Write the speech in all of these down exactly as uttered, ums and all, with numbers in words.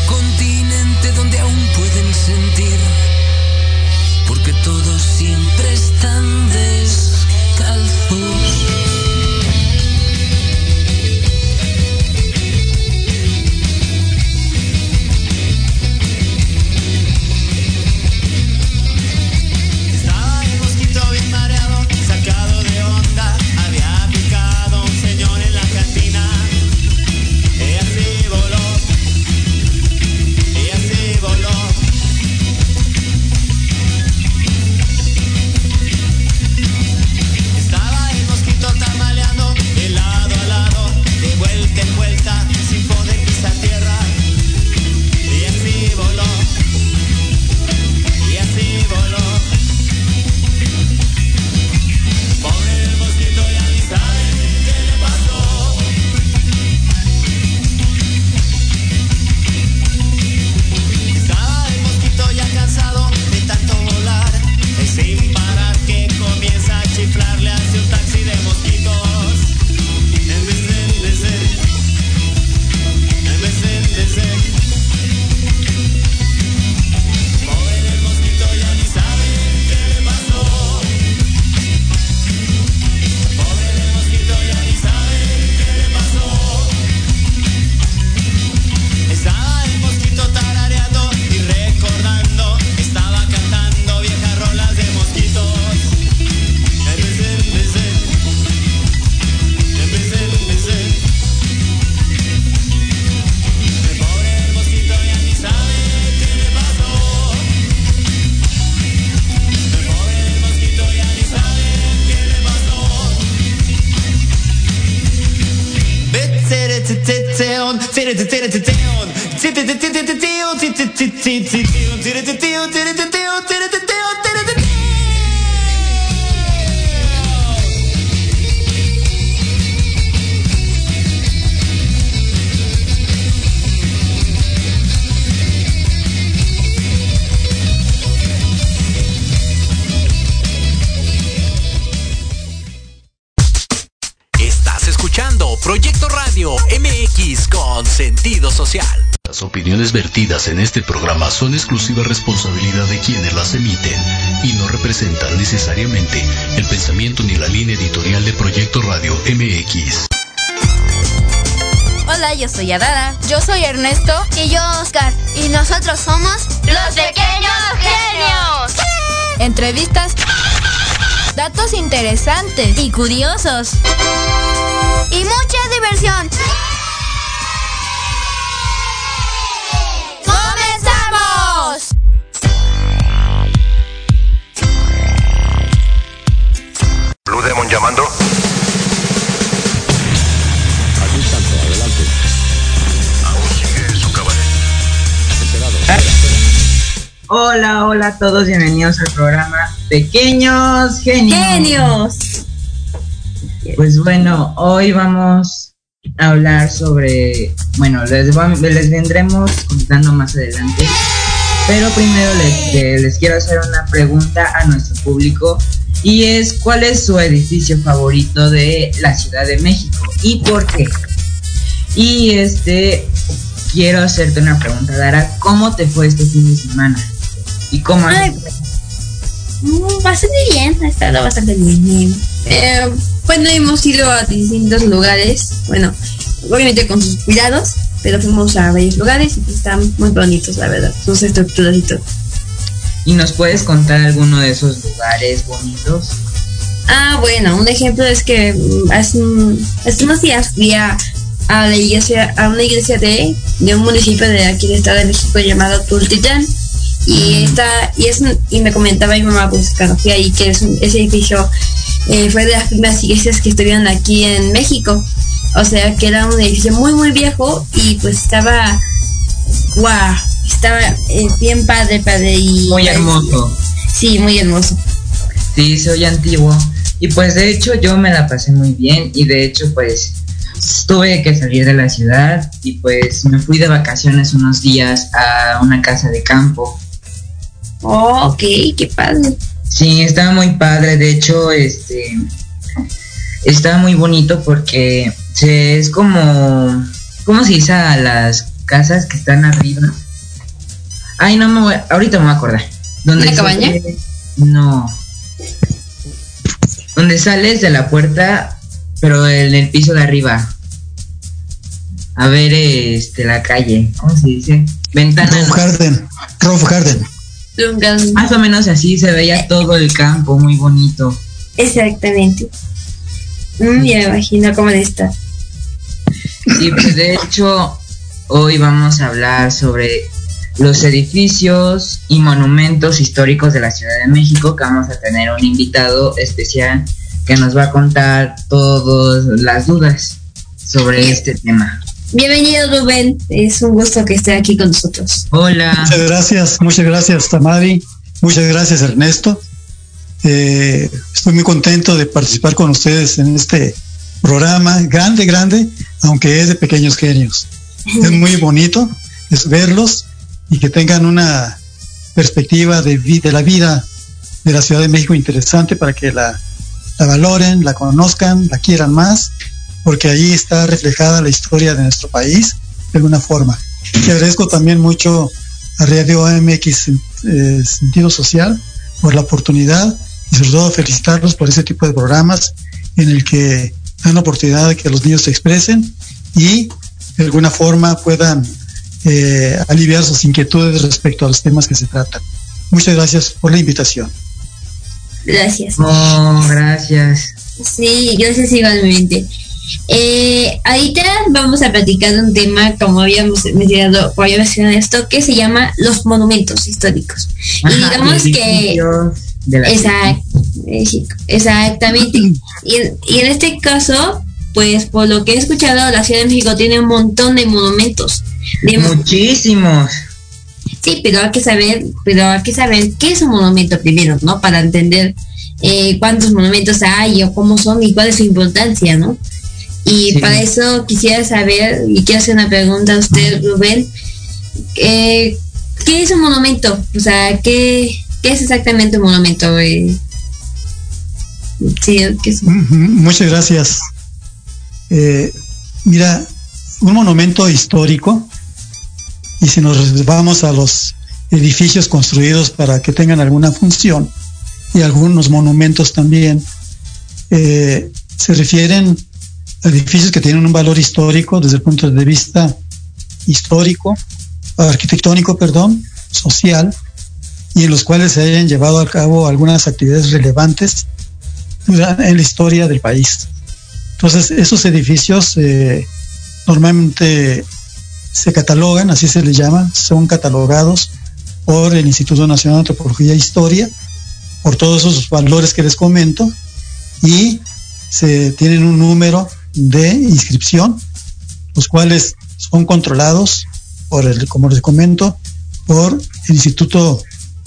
continente donde aún pueden sentir, porque todos siempre están descalzos. Proyecto Radio M X con sentido social. Las opiniones vertidas en este programa son exclusiva responsabilidad de quienes las emiten y no representan necesariamente el pensamiento ni la línea editorial de Proyecto Radio M X. Hola, yo soy Adara. Yo soy Ernesto. Y yo, Oscar. Y nosotros somos Los Pequeños Genios. Entrevistas, datos interesantes y curiosos, y mucha diversión. ¡Comenzamos! Blue Demon llamando. Aquí Santo, adelante. Aún sigue su cabaret. Enterado. Hola, hola a todos, bienvenidos al programa Pequeños Genios. Genios. Pues bueno, hoy vamos a hablar sobre, bueno, les, les vendremos contando más adelante, pero primero les, les quiero hacer una pregunta a nuestro público, y es: ¿cuál es su edificio favorito de la Ciudad de México y por qué? Y este, quiero hacerte una pregunta, Dara, ¿cómo te fue este fin de semana? ¿Y cómo? Ay, mm, bastante bien, ha estado bastante bien. Eh, bueno, hemos ido a distintos lugares, bueno, obviamente con sus cuidados, pero fuimos a varios lugares y pues están muy bonitos, la verdad, sus estructuras y todo. ¿Y nos puedes contar alguno de esos lugares bonitos? Ah, bueno, un ejemplo es que hace, hace unos días fui a, a la iglesia, a una iglesia de, de un municipio de aquí del Estado de México llamado Tultitlán. Y está, y es y me comentaba mi mamá, pues cuando fui ahí, que es un, ese edificio eh, fue de las primeras iglesias que estuvieron aquí en México. O sea que era un edificio muy muy viejo y pues estaba wow, estaba eh, bien padre, padre y muy hermoso. Sí, muy hermoso. Sí, soy antiguo. Y pues de hecho yo me la pasé muy bien, y de hecho pues tuve que salir de la ciudad y pues me fui de vacaciones unos días a una casa de campo. Oh, ok, qué padre. Sí, estaba muy padre, de hecho, este, estaba muy bonito porque se, es como, ¿cómo se dice a las casas que están arriba. Ay, no me voy, ahorita me voy a acordar. ¿Dónde ¿La cabaña? Sale? No. Donde sales de la puerta, pero en el piso de arriba. A ver, este, la calle. ¿Cómo se dice? Ventana. Roof Garden. Roof Garden. Más o menos así se veía todo el campo, muy bonito. Exactamente. Mm, ya me imagino cómo está. Sí, pues de hecho, hoy vamos a hablar sobre los edificios y monumentos históricos de la Ciudad de México, que vamos a tener un invitado especial que nos va a contar todas las dudas sobre este tema. Bienvenido, Rubén, es un gusto que esté aquí con nosotros. Hola. Muchas gracias, muchas gracias, Tamari, muchas gracias, Ernesto. Eh, estoy muy contento de participar con ustedes en este programa grande, grande, aunque es de pequeños genios. Es muy bonito es verlos y que tengan una perspectiva de, vi- de la vida de la Ciudad de México interesante para que la, la valoren, la conozcan, la quieran más, porque ahí está reflejada la historia de nuestro país de alguna forma. Y agradezco también mucho a Radio M X eh, Sentido Social por la oportunidad y sobre todo felicitarlos por ese tipo de programas en el que dan la oportunidad de que los niños se expresen y de alguna forma puedan eh, aliviar sus inquietudes respecto a los temas que se tratan. Muchas gracias por la invitación. Gracias. Oh, gracias. Sí, gracias igualmente. Eh, ahorita vamos a platicar de un tema, como habíamos mencionado, como había mencionado esto, que se llama los monumentos históricos. Ajá, y digamos que de la exact, México, exactamente. Y, y en este caso, pues por lo que he escuchado, la Ciudad de México tiene un montón de monumentos. De Muchísimos. Sí, pero hay que saber, pero hay que saber qué es un monumento primero, ¿no? Para entender eh, cuántos monumentos hay o cómo son y cuál es su importancia, ¿no? Y Sí. para eso quisiera saber, y quiero hacer una pregunta a usted, Rubén, eh, ¿qué es un monumento? O sea, ¿qué, qué es exactamente un monumento? Eh, sí, ¿qué es? Muchas gracias. Eh, mira, un monumento histórico, y si nos vamos a los edificios construidos para que tengan alguna función, y algunos monumentos también, eh, se refieren a edificios que tienen un valor histórico desde el punto de vista histórico, arquitectónico, perdón, social, y en los cuales se hayan llevado a cabo algunas actividades relevantes en la historia del país. Entonces, esos edificios eh, normalmente se catalogan, así se les llama, son catalogados por el Instituto Nacional de Antropología e Historia, por todos esos valores que les comento, y se tienen un número de inscripción, los cuales son controlados por el, como les comento, por el Instituto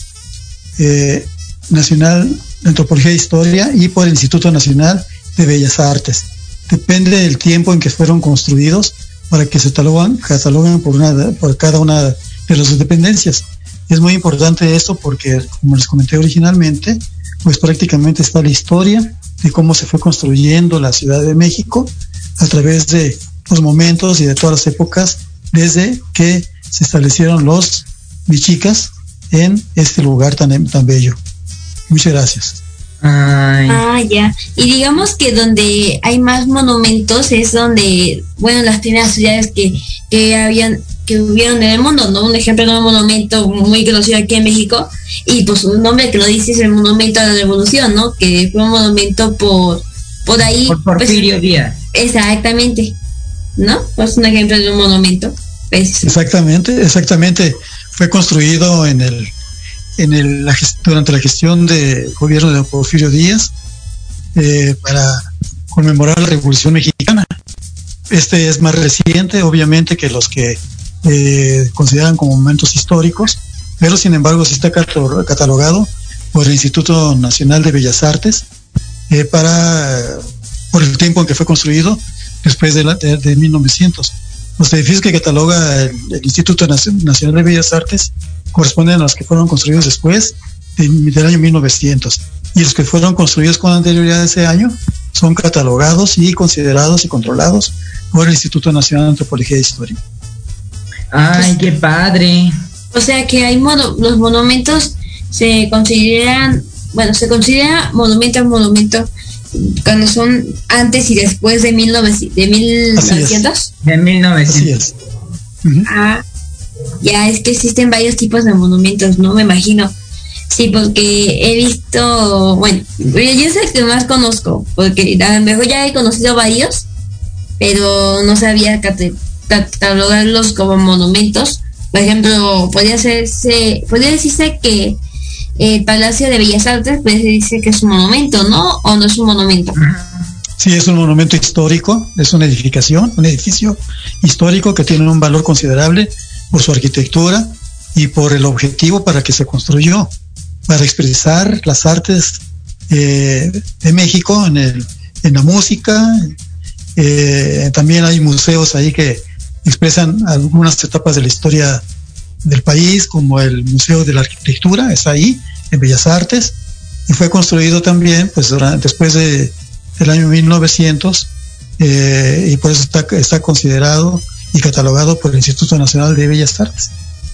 eh, Nacional de Antropología e Historia y por el Instituto Nacional de Bellas Artes. Depende del tiempo en que fueron construidos para que se catalogan, catalogan por, una, por cada una de las dependencias. Es muy importante esto porque, como les comenté originalmente, pues prácticamente está la historia de cómo se fue construyendo la Ciudad de México a través de los momentos y de todas las épocas desde que se establecieron los mexicas en este lugar tan, tan bello. Muchas gracias. Ay. Ah, ya. Y digamos que donde hay más monumentos es donde, bueno, las primeras ciudades que, que habían, que hubieron en el mundo, ¿no? Un ejemplo de un monumento muy conocido aquí en México, y pues su nombre que lo dice es el Monumento a la Revolución, ¿no? Que fue un monumento por, por ahí. Por Porfirio pues, Díaz. Exactamente, ¿no? Pues un ejemplo de un monumento. Pues, exactamente, exactamente. Fue construido en el en el, la gest- durante la gestión de gobierno de Porfirio Díaz eh, para conmemorar la Revolución Mexicana. Este es más reciente, obviamente, que los que eh, consideran como momentos históricos, pero sin embargo sí está catal- catalogado por el Instituto Nacional de Bellas Artes eh, para por el tiempo en que fue construido después de, la, de, de mil novecientos. Los edificios que cataloga el, el Instituto Nacional de Bellas Artes corresponden a los que fueron construidos después de, del año mil novecientos, y los que fueron construidos con anterioridad a ese año son catalogados y considerados y controlados por el Instituto Nacional de Antropología e Historia. Ay, qué padre. O sea que hay mono, los monumentos se consideran, bueno, se considera monumento a monumento cuando son antes y después de mil novecientos. De mil novecientos. De mil novecientos. Uh-huh. Ah, ya es que existen varios tipos de monumentos, ¿no? Me imagino. Sí, porque he visto, bueno, yo es el que más conozco, porque a lo mejor ya he conocido varios, pero no sabía catalogarlos como monumentos. Por ejemplo, podría hacerse, podría decirse que el Palacio de Bellas Artes, pues se dice que es un monumento, ¿no? ¿O no es un monumento? Sí, es un monumento histórico, es una edificación, un edificio histórico que tiene un valor considerable por su arquitectura y por el objetivo para que se construyó, para expresar las artes eh, de México en, el, en la música. Eh, también hay museos ahí que expresan algunas etapas de la historia del país, como el Museo de la Arquitectura, es ahí, en Bellas Artes, y fue construido también pues durante, después de, del año mil novecientos, eh, y por eso está, está considerado y catalogado por el Instituto Nacional de Bellas Artes.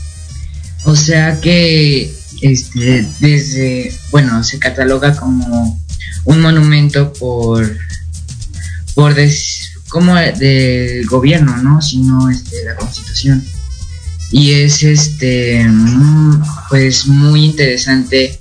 O sea que este desde, bueno, se cataloga como un monumento por por des, como del gobierno, ¿no? Sino este la Constitución. Y es este pues muy interesante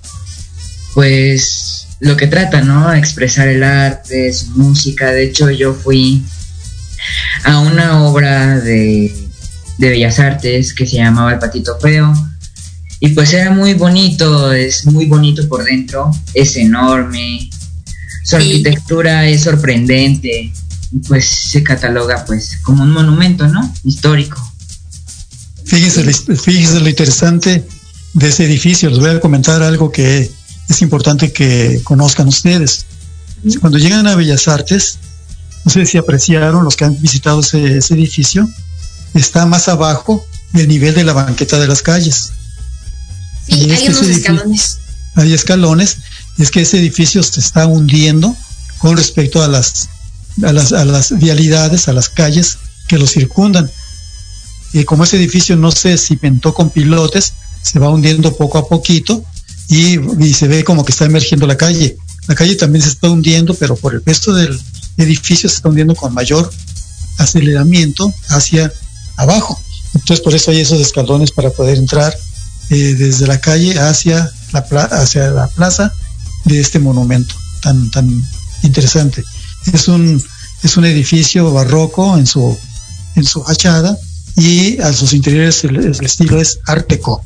pues lo que trata, ¿no? Expresar el arte, su música. De hecho, yo fui a una obra de, de Bellas Artes que se llamaba El Patito Feo, y pues era muy bonito, es muy bonito por dentro, es enorme, su arquitectura es sorprendente, y pues se cataloga pues como un monumento, ¿no? Histórico. Fíjense, fíjense lo interesante de ese edificio. Les voy a comentar algo que es importante que conozcan ustedes. Cuando llegan a Bellas Artes, no sé si apreciaron los que han visitado ese, ese edificio, está más abajo del nivel de la banqueta de las calles. Sí, y hay unos escalones. Hay escalones, y es que ese edificio se está hundiendo con respecto a las, a las, a las vialidades, a las calles que lo circundan. Y como ese edificio no se cimentó con pilotes, se va hundiendo poco a poquito y, y se ve como que está emergiendo la calle. La calle también se está hundiendo, pero por el peso del edificio se está hundiendo con mayor aceleramiento hacia abajo. Entonces por eso hay esos escalones para poder entrar eh, desde la calle hacia la, pla- hacia la plaza de este monumento tan, tan interesante. Es un, es un edificio barroco en su, en su fachada, y a sus interiores el, el estilo es Art Deco.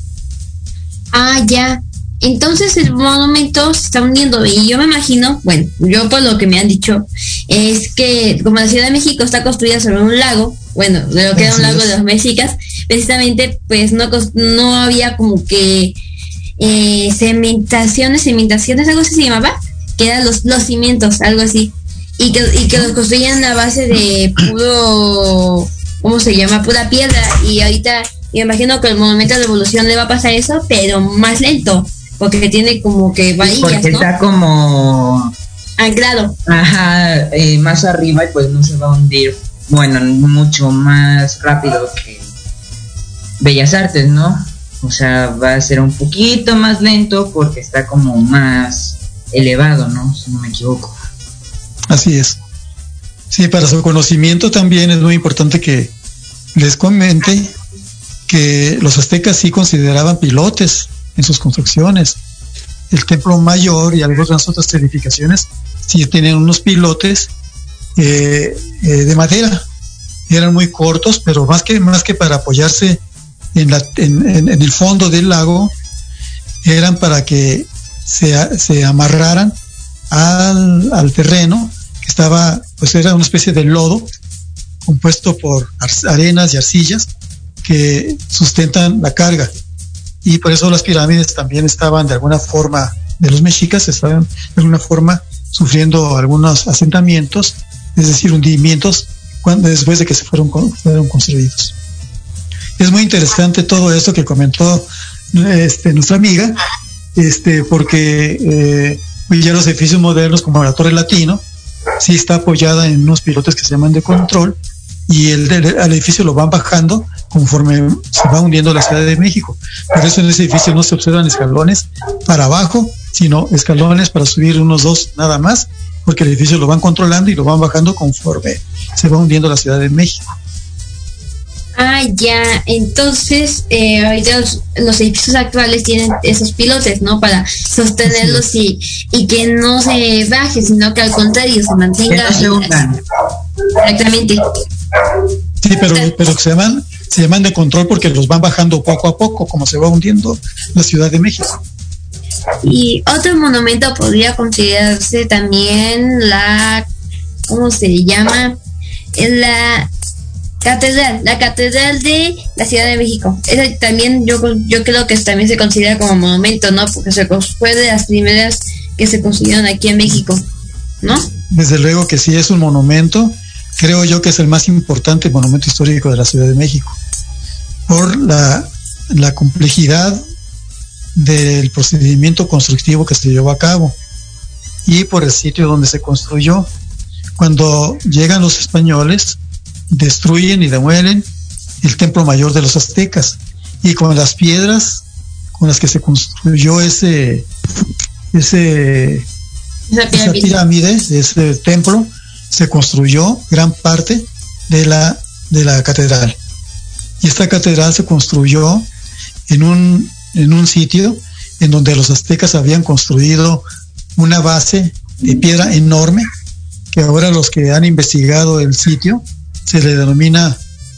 Ah, ya. Entonces el monumento se está hundiendo, y yo me imagino, bueno, yo por lo que me han dicho, es que como la Ciudad de México está construida sobre un lago, bueno, de lo que era un lago de los mexicas, precisamente pues no, no había como que eh, cementaciones, cementaciones, algo así se llamaba, que eran los, los cimientos, algo así, y que, y que los construían a base de puro, ¿cómo se llama? Pura piedra, y ahorita me imagino que el Monumento de la Revolución le va a pasar eso, pero más lento, porque tiene como que varillas, porque ¿no? Está como anclado. Ajá, eh, más arriba, y pues no se va a hundir, bueno, mucho más rápido que Bellas Artes, ¿no? O sea, va a ser un poquito más lento porque está como más elevado, ¿no? Si no me equivoco. Así es. Sí, para su conocimiento también es muy importante que les comente que los aztecas sí consideraban pilotes en sus construcciones. El Templo Mayor y algunas otras edificaciones sí tienen unos pilotes eh, eh, de madera. Eran muy cortos, pero más que más que para apoyarse en, la, en, en, en el fondo del lago, eran para que se, se amarraran al, al terreno, que estaba, pues era una especie de lodo compuesto por arenas y arcillas que sustentan la carga. Y por eso las pirámides también estaban de alguna forma, de los mexicas, estaban de alguna forma sufriendo algunos asentamientos, es decir, hundimientos, cuando, después de que se fueron, fueron construidos. Es muy interesante todo esto que comentó este, nuestra amiga, este, porque eh, ya los edificios modernos como la Torre Latino sí está apoyada en unos pilotes que se llaman de control, y el, el, el edificio lo van bajando conforme se va hundiendo la Ciudad de México. Por eso en ese edificio no se observan escalones para abajo, sino escalones para subir unos dos nada más, porque el edificio lo van controlando y lo van bajando conforme se va hundiendo la Ciudad de México. Ah, ya, entonces eh, ahorita los, los edificios actuales tienen esos pilotes, ¿no? Para sostenerlos sí. y, y que no se baje, sino que al contrario se mantenga. Que no se hundan. Exactamente. Sí, pero, pero se llaman, se llaman de control porque los van bajando poco a poco, como se va hundiendo la Ciudad de México. Y otro monumento podría considerarse también la, ¿cómo se llama? La catedral, la catedral de la Ciudad de México. Esa también yo yo creo que también se considera como monumento, ¿no? Porque se fue de las primeras que se construyeron aquí en México, ¿no? Desde luego que sí es un monumento. Creo yo que es el más importante monumento histórico de la Ciudad de México por la, la complejidad del procedimiento constructivo que se llevó a cabo y por el sitio donde se construyó. Cuando llegan los españoles, destruyen y demuelen el templo mayor de los aztecas, y con las piedras con las que se construyó ese ese esa pirámide, esa pirámide ese templo, se construyó gran parte de la de la catedral. Y esta catedral se construyó en un en un sitio en donde los aztecas habían construido una base de piedra enorme, que ahora los que han investigado el sitio se le denomina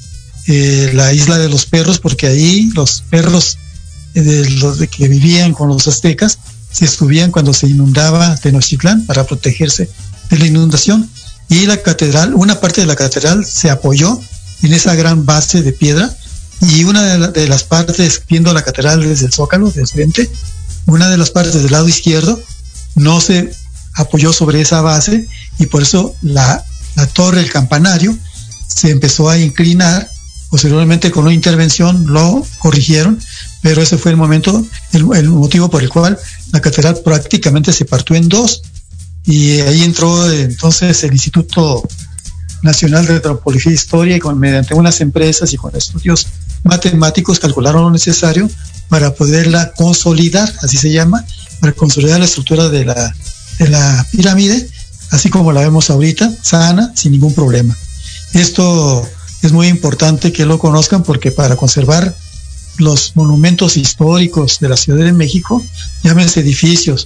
eh, la isla de los perros, porque ahí los perros eh, de los de que vivían con los aztecas se subían cuando se inundaba Tenochtitlán para protegerse de la inundación, y la catedral, una parte de la catedral se apoyó en esa gran base de piedra, y una de, la, de las partes, viendo la catedral desde el zócalo, desde frente, una de las partes del lado izquierdo no se apoyó sobre esa base, y por eso la, la torre, el campanario, se empezó a inclinar. Posteriormente, con una intervención lo corrigieron, pero ese fue el momento, el, el motivo por el cual la catedral prácticamente se partió en dos, y ahí entró entonces el Instituto Nacional de Antropología e Historia, y con, mediante unas empresas y con estudios matemáticos calcularon lo necesario para poderla consolidar, así se llama, para consolidar la estructura de la, de la pirámide, así como la vemos ahorita, sana, sin ningún problema. Esto es muy importante que lo conozcan, porque para conservar los monumentos históricos de la Ciudad de México, llámense edificios,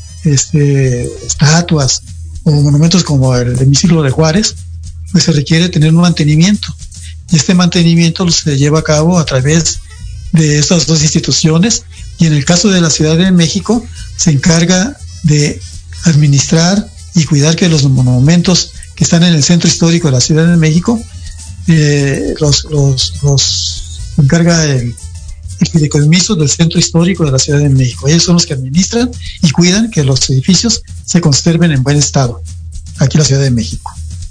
este, estatuas o monumentos como el de Micilo de Juárez, pues se requiere tener un mantenimiento, y este mantenimiento se lleva a cabo a través de estas dos instituciones, y en el caso de la Ciudad de México se encarga de administrar y cuidar que los monumentos que están en el centro histórico de la Ciudad de México eh, los, los, los encarga el, el fideicomiso del centro histórico de la Ciudad de México. Ellos son los que administran y cuidan que los edificios se conserven en buen estado aquí en la Ciudad de México.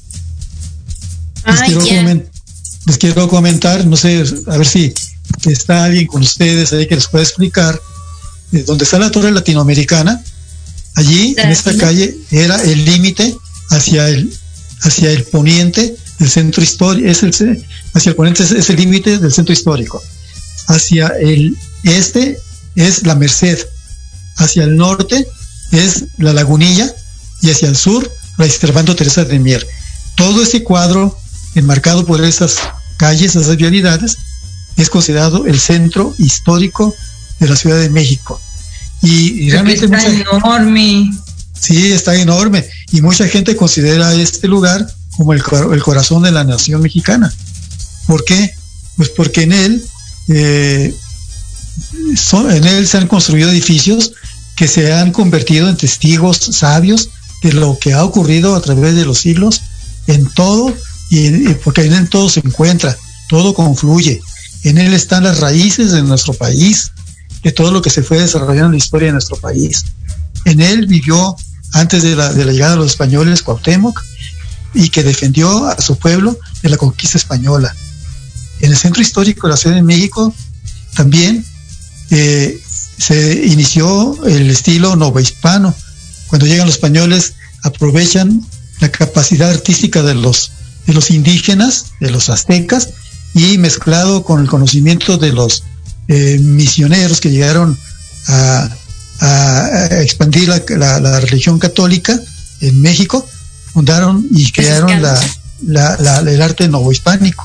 Les, ah, quiero, yeah. coment- les quiero comentar, no sé, a ver si está alguien con ustedes ahí que les pueda explicar, eh, donde está la Torre Latinoamericana. Allí, en esta calle, era el límite hacia el hacia el poniente del centro histórico, es el, hacia el poniente es, es el límite del centro histórico. Hacia el este es la Merced, hacia el norte es la Lagunilla, y hacia el sur la Servando Teresa de Mier. Todo ese cuadro enmarcado por esas calles, esas vialidades, es considerado el centro histórico de la Ciudad de México. Y, y realmente está mucha, enorme. Sí, está enorme, y mucha gente considera este lugar como el, el corazón de la nación mexicana. ¿Por qué? Pues porque en él eh, son, en él se han construido edificios que se han convertido en testigos sabios de lo que ha ocurrido a través de los siglos en todo, y, y porque en él todo se encuentra, todo confluye. En él están las raíces de nuestro país, de todo lo que se fue desarrollando en la historia de nuestro país. En él vivió, antes de la, de la llegada de los españoles, Cuauhtémoc, y que defendió a su pueblo de la conquista española. En el centro histórico de la Ciudad de México también eh, se inició el estilo novohispano. Cuando llegan los españoles, aprovechan la capacidad artística de los de los indígenas, de los aztecas, y mezclado con el conocimiento de los eh, misioneros que llegaron a, a, a expandir la, la, la religión católica en México, fundaron y crearon la, la, la, el arte novohispánico.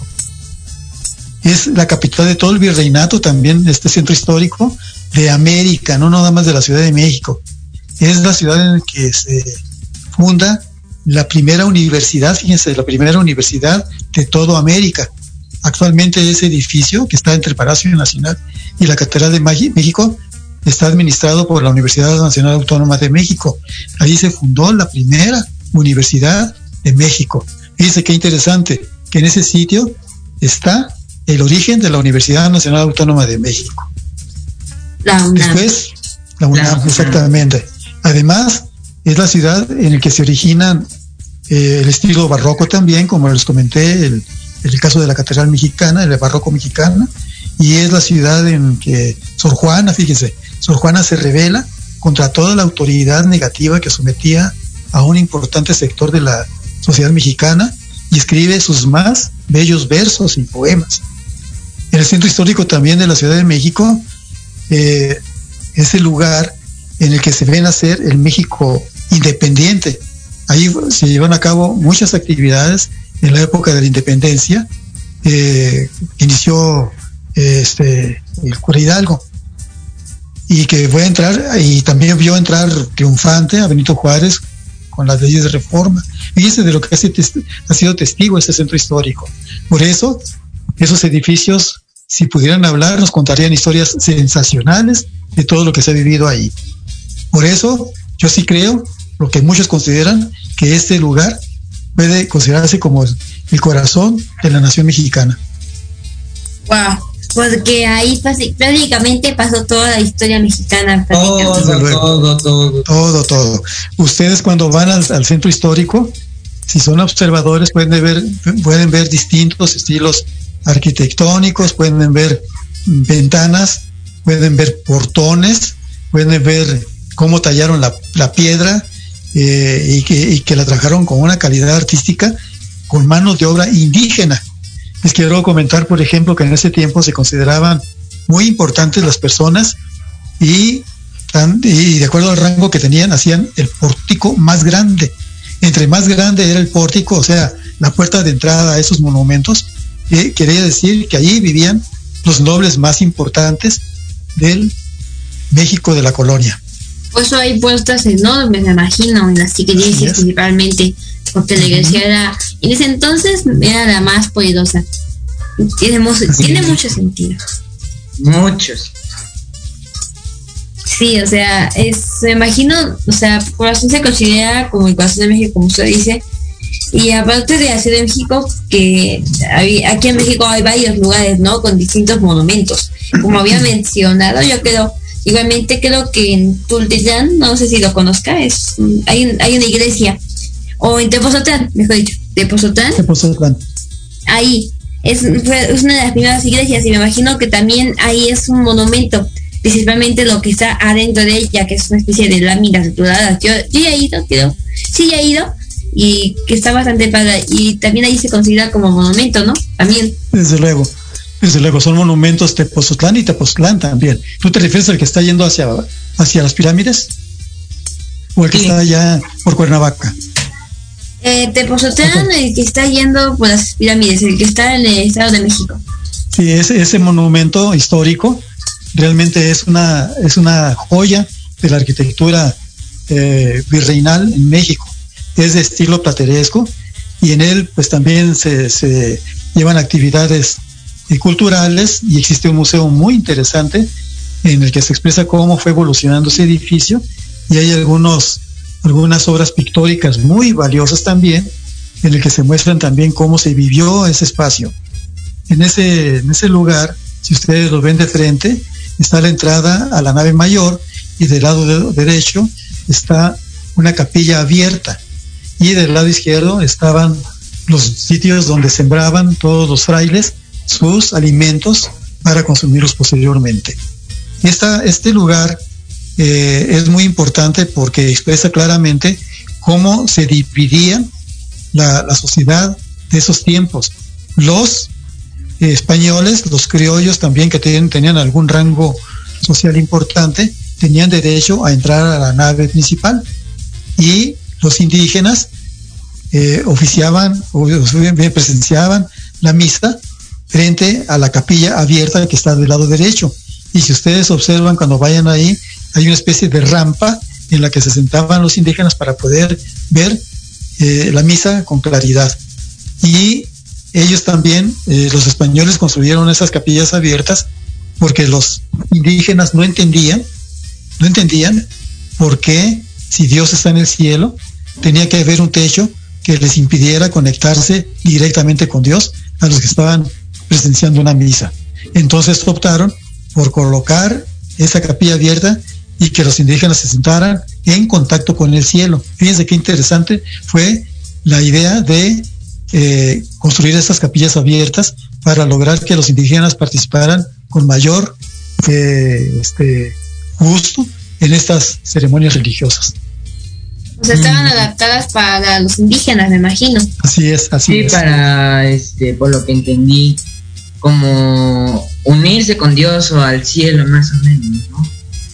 Es la capital de todo el virreinato también, este centro histórico de América, no nada más de la Ciudad de México. Es la ciudad en la que se funda la primera universidad, fíjense, la primera universidad de toda América. Actualmente ese edificio, que está entre el Palacio Nacional y la Catedral de México, está administrado por la Universidad Nacional Autónoma de México. Ahí se fundó la primera universidad de México. Fíjense qué interesante, que en ese sitio está el origen de la Universidad Nacional Autónoma de México. La UNAM. Después, la UNAM, la UNAM. Exactamente. Además, es la ciudad en la que se originan eh, el estilo barroco también, como les comenté, el, el caso de la Catedral Mexicana, el barroco mexicana, y es la ciudad en que Sor Juana, fíjese, Sor Juana se rebela contra toda la autoridad negativa que sometía a un importante sector de la sociedad mexicana y escribe sus más bellos versos y poemas. En el centro histórico también de la Ciudad de México, eh, es el lugar en el que se ve nacer el México independiente. Ahí se llevan a cabo muchas actividades en la época de la independencia. Eh, inició eh, este, el cura Hidalgo, y que fue a entrar, y también vio entrar triunfante a Benito Juárez con las leyes de reforma. Fíjese de lo que ha sido testigo ese centro histórico. Por eso, esos edificios, si pudieran hablar, nos contarían historias sensacionales de todo lo que se ha vivido ahí. Por eso, yo sí creo, lo que muchos consideran, que este lugar puede considerarse como el, el corazón de la nación mexicana. Wow, porque ahí prácticamente pasó toda la historia mexicana. Todo, todo, todo. Todo, todo. Ustedes cuando van al, al centro histórico, si son observadores, pueden ver, pueden ver distintos estilos arquitectónicos, pueden ver ventanas, pueden ver portones, pueden ver cómo tallaron la, la piedra eh, y, que, y que la trabajaron con una calidad artística, con manos de obra indígena. Les quiero comentar, por ejemplo, que en ese tiempo se consideraban muy importantes las personas y, tan, y de acuerdo al rango que tenían, hacían el pórtico más grande. Entre más grande era el pórtico, o sea, la puerta de entrada a esos monumentos, eh, quería decir que allí vivían los nobles más importantes del México de la colonia. Por eso hay puertas enormes, me imagino, en las iglesias principalmente, porque la iglesia era, en ese entonces era la más poderosa. Tiene, tiene mucho sentido. Muchos. Sí, o sea, es, me imagino, o sea, corazón se considera como el corazón de México, como usted dice. Y aparte de la Ciudad de México, que hay, aquí en México hay varios lugares, ¿no? Con distintos monumentos. Como había mencionado, yo creo, igualmente creo que en Tultitlán, no sé si lo conozca, es, hay, hay una iglesia. O en Tepoztlán, mejor dicho, Tepoztlán. Tepoztlán. Ahí, es, es una de las primeras iglesias y me imagino que también ahí es un monumento, principalmente lo que está adentro de ella, que es una especie de láminas doradas. Yo, yo ya he ido, creo, sí ya he ido, y que está bastante padre, y también ahí se considera como monumento, ¿no? También. Desde luego, desde luego, son monumentos Tepoztlán y Tepoztlán también. ¿Tú te refieres al que está yendo hacia, hacia las pirámides? ¿O el que sí. está allá por Cuernavaca? Eh, Tepoztlán, okay. El que está yendo por las pirámides, el que está en el Estado de México. Sí, ese, ese monumento histórico realmente es una, es una joya de la arquitectura eh, virreinal en México. Es de estilo plateresco y en él pues también se, se llevan actividades eh, culturales, y existe un museo muy interesante en el que se expresa cómo fue evolucionando ese edificio, y hay algunos algunas obras pictóricas muy valiosas también, en el que se muestran también cómo se vivió ese espacio. En ese, en ese lugar, si ustedes lo ven de frente, está la entrada a la nave mayor, y del lado de, derecho está una capilla abierta, y del lado izquierdo estaban los sitios donde sembraban todos los frailes sus alimentos para consumirlos posteriormente. Esta, este lugar eh, es muy importante porque expresa claramente cómo se dividía la, la sociedad de esos tiempos. Los eh, españoles, los criollos también, que tenían, tenían algún rango social importante, tenían derecho a entrar a la nave principal, y los indígenas eh, oficiaban o bien presenciaban la misa frente a la capilla abierta que está del lado derecho. Y si ustedes observan, cuando vayan ahí, hay una especie de rampa en la que se sentaban los indígenas para poder ver eh, la misa con claridad. Y ellos también, eh, los españoles, construyeron esas capillas abiertas porque los indígenas no entendían, no entendían por qué, si Dios está en el cielo, tenía que haber un techo que les impidiera conectarse directamente con Dios a los que estaban presenciando una misa. Entonces optaron por colocar esa capilla abierta y que los indígenas se sentaran en contacto con el cielo. Fíjense qué interesante fue la idea de eh, construir estas capillas abiertas para lograr que los indígenas participaran con mayor eh, este, gusto en estas ceremonias religiosas. O sea, estaban mm. adaptadas para los indígenas, me imagino. Así es, así sí, es. Sí, para, este, por lo que entendí, como unirse con Dios o al cielo, más o menos, ¿no?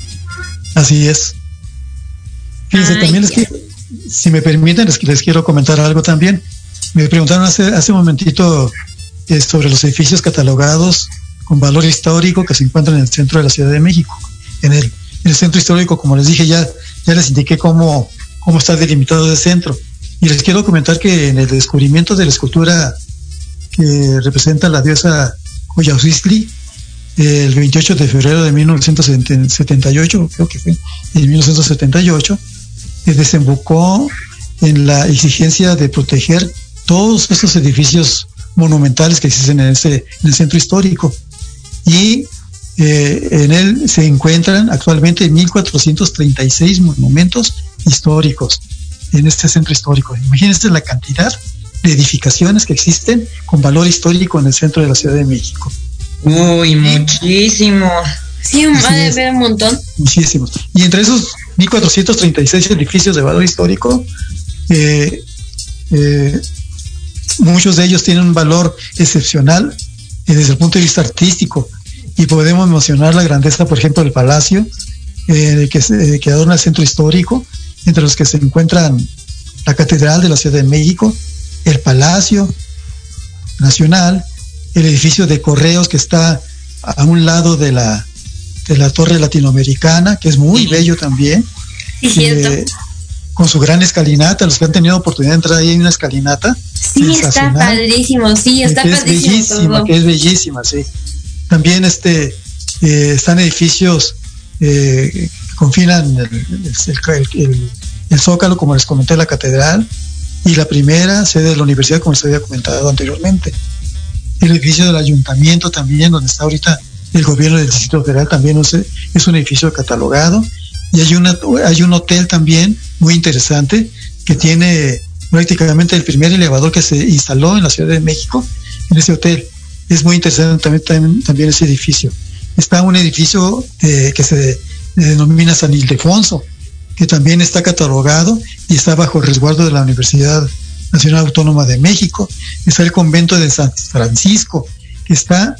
Así es. Fíjense, Ay, también les quiero, si me permiten, les, les quiero comentar algo también. Me preguntaron hace, hace un momentito eh, sobre los edificios catalogados con valor histórico que se encuentran en el centro de la Ciudad de México. En el, en el centro histórico, como les dije, ya, ya les indiqué cómo, cómo está delimitado el centro. Y les quiero comentar que en el descubrimiento de la escultura que representa la diosa Coyauxistli, el veintiocho de febrero de mil novecientos setenta y ocho, creo que fue, en mil novecientos setenta y ocho, eh, desembocó en la exigencia de proteger todos esos edificios monumentales que existen en, ese, en el centro histórico. Y eh, en él se encuentran actualmente mil cuatrocientos treinta y seis monumentos históricos en este centro histórico. Imagínense la cantidad de edificaciones que existen con valor histórico en el centro de la Ciudad de México. Uy, muchísimo. Sí, va a haber un montón. Muchísimos. Y entre esos mil cuatrocientos treinta y seis edificios de valor histórico, eh, eh, muchos de ellos tienen un valor excepcional eh, desde el punto de vista artístico. Y podemos mencionar la grandeza, por ejemplo, del palacio eh, que, se, que adorna el centro histórico, entre los que se encuentran la Catedral de la Ciudad de México, el Palacio Nacional, el edificio de Correos que está a un lado de la de la Torre Latinoamericana, que es muy bello también, sí, cierto. Eh, con su gran escalinata. Los que han tenido oportunidad de entrar ahí, hay una escalinata sí, está padrísimo, sí, está que padrísimo, es bellísima, todo. que es bellísima, sí. También este eh, están edificios eh, que confinan el, el, el, el Zócalo, como les comenté, la Catedral, y la primera sede de la universidad, como les había comentado anteriormente. El edificio del ayuntamiento también, donde está ahorita el gobierno del Distrito Federal, también es un edificio catalogado. Y hay, una, hay un hotel también muy interesante que tiene prácticamente el primer elevador que se instaló en la Ciudad de México, en ese hotel. Es muy interesante también, también, también ese edificio. Está un edificio eh, que se denomina San Ildefonso, que también está catalogado y está bajo el resguardo de la Universidad Nacional Autónoma de México. Está el convento de San Francisco, que está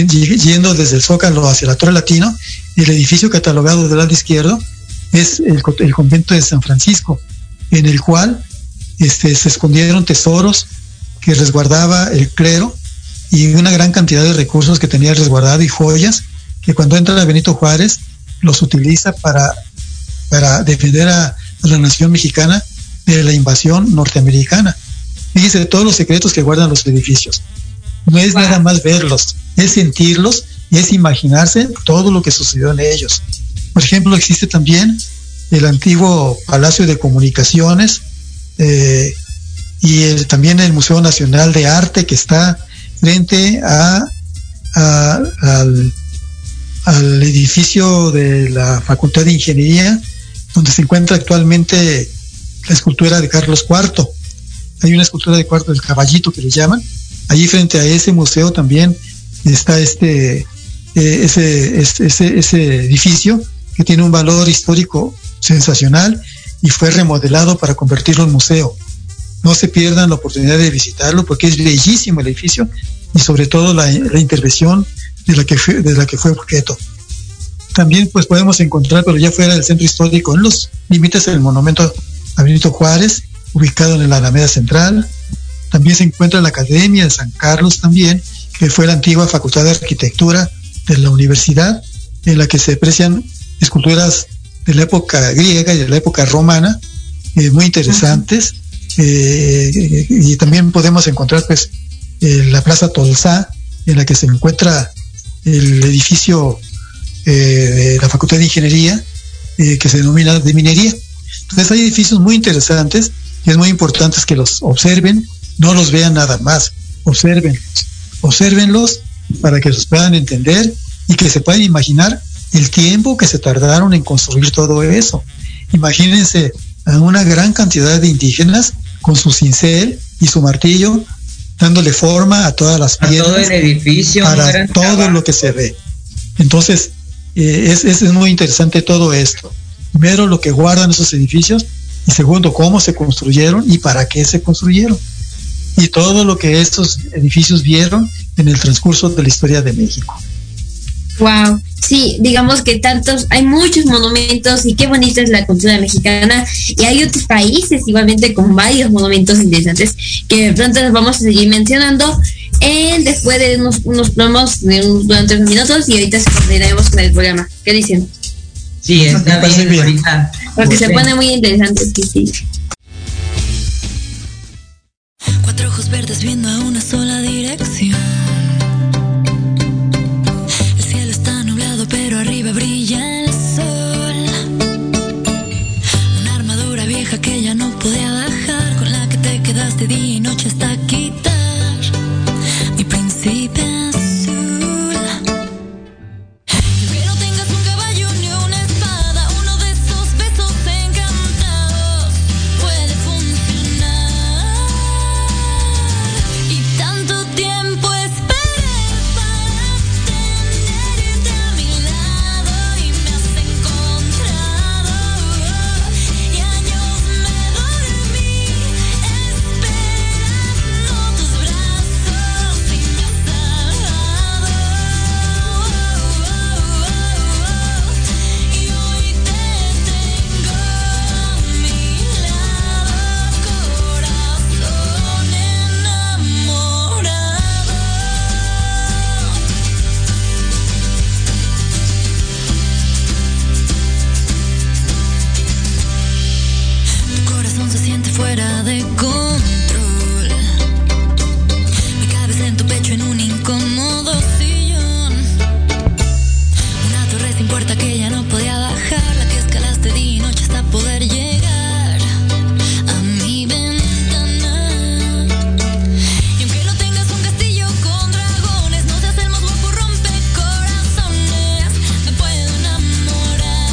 yendo desde el Zócalo hacia la Torre Latino. El edificio catalogado del lado izquierdo es el, el convento de San Francisco, en el cual este, se escondieron tesoros que resguardaba el clero y una gran cantidad de recursos que tenía resguardado y joyas que cuando entra Benito Juárez los utiliza para, para defender a, a la nación mexicana de la invasión norteamericana. Fíjese de todos los secretos que guardan los edificios. No es wow. nada más verlos, es sentirlos y es imaginarse todo lo que sucedió en ellos. Por ejemplo, existe también el antiguo Palacio de Comunicaciones eh, y el, también el Museo Nacional de Arte, que está frente a, a al, al edificio de la Facultad de Ingeniería, donde se encuentra actualmente la escultura de Carlos cuarto. Hay una escultura de cuarto del caballito que le llaman. Allí frente a ese museo también está este eh, ese, ese, ese edificio que tiene un valor histórico sensacional y fue remodelado para convertirlo en museo. no se pierdan la oportunidad de visitarlo porque es bellísimo el edificio y sobre todo la, la intervención de la que fue, de la que fue objeto. También pues podemos encontrar, pero ya fuera del centro histórico, en los límites del monumento a Benito Juárez, ubicado en la Alameda Central. También se encuentra la Academia de San Carlos también, que fue la antigua Facultad de Arquitectura de la universidad, en la que se aprecian esculturas de la época griega y de la época romana, eh, muy interesantes. Eh, y también podemos encontrar pues eh, la Plaza Tolsá, en la que se encuentra el edificio eh, de la Facultad de Ingeniería, eh, que se denomina de minería. Entonces hay edificios muy interesantes y es muy importante que los observen, no los vean nada más, observenlos, observenlos para que los puedan entender y que se puedan imaginar el tiempo que se tardaron en construir todo eso. Imagínense a una gran cantidad de indígenas con su cincel y su martillo dándole forma a todas las piedras, a todo el edificio, para todo trabajo. Lo que se ve. Entonces eh, es, es muy interesante todo esto. Primero, lo que guardan esos edificios, y segundo, cómo se construyeron y para qué se construyeron, y todo lo que estos edificios vieron en el transcurso de la historia de México. Wow, sí, digamos que tantos, hay muchos monumentos y qué bonita es la cultura mexicana, y hay otros países igualmente con varios monumentos interesantes que pronto los vamos a seguir mencionando eh, después de unos, unos promos de unos, durante unos minutos, y ahorita continuaremos con el programa. ¿Qué dicen? Sí, está bien, bien. Ahorita. Porque bien. Se pone muy interesante, sí, sí. Cuatro ojos verdes viendo a una sola dirección. El cielo está nublado, pero arriba brilla el sol. Una armadura vieja que ya no podía bajar, con la que te quedaste día y noche hasta quitar mi príncipe azul. Que no tengas un caballo ni una espada, uno de esos besos encantados puede funcionar. Y tanto tiempo esperé para tenerte a mi lado y me has encontrado. Y años me dormí esperando tus brazos y me has salvado. Y hoy te tengo a mi lado, corazón enamorado. Tu corazón se siente fuera de control. Me cabes en tu pecho en un incómodo sillón. Una torre sin puerta que ya no podía bajar, la que escalaste día y noche hasta poder llegar a mi ventana. Y aunque no tengas un castillo con dragones, no seas el más guapo rompecorazones, me puedo enamorar.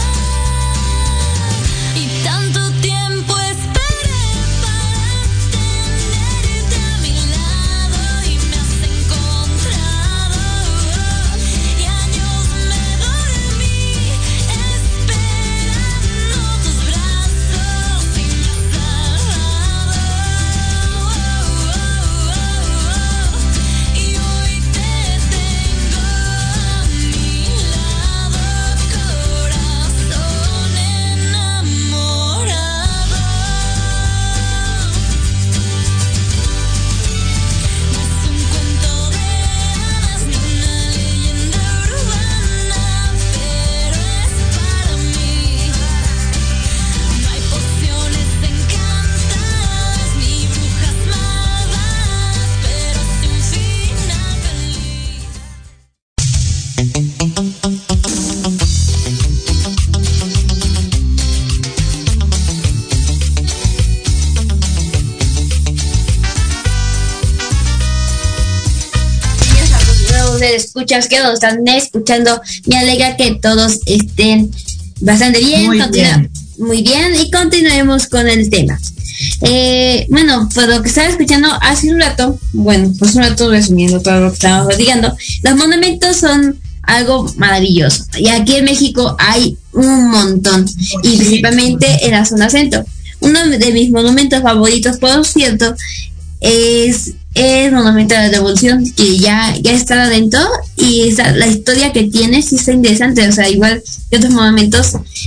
Y tanto tiempo esperé para tenerte a mi lado y me has encontrado. Y años me dormí esperando tus brazos y me has salvado. Y hoy te tengo a mi lado, corazón enamorado. No es un cuento de hadas ni una leyenda urbana, pero es para mí. No hay pociones encantadas ni brujas malvadas, pero sí un final feliz. Bienvenidos a los nuevos escuchas que nos están escuchando. Me alegra que todos estén bastante bien. Muy Continua- bien. Muy bien, y continuemos con el tema. Eh, bueno, pues lo que estaba escuchando hace un rato, bueno, pues un rato resumiendo todo lo que estábamos platicando, los monumentos son algo maravilloso. Y aquí en México hay un montón, y principalmente en la zona centro. uno de mis monumentos favoritos, por cierto, es el Monumento a la Revolución, que ya, ya está adentro, y esa, la historia que tiene sí está interesante, o sea, igual que otros monumentos.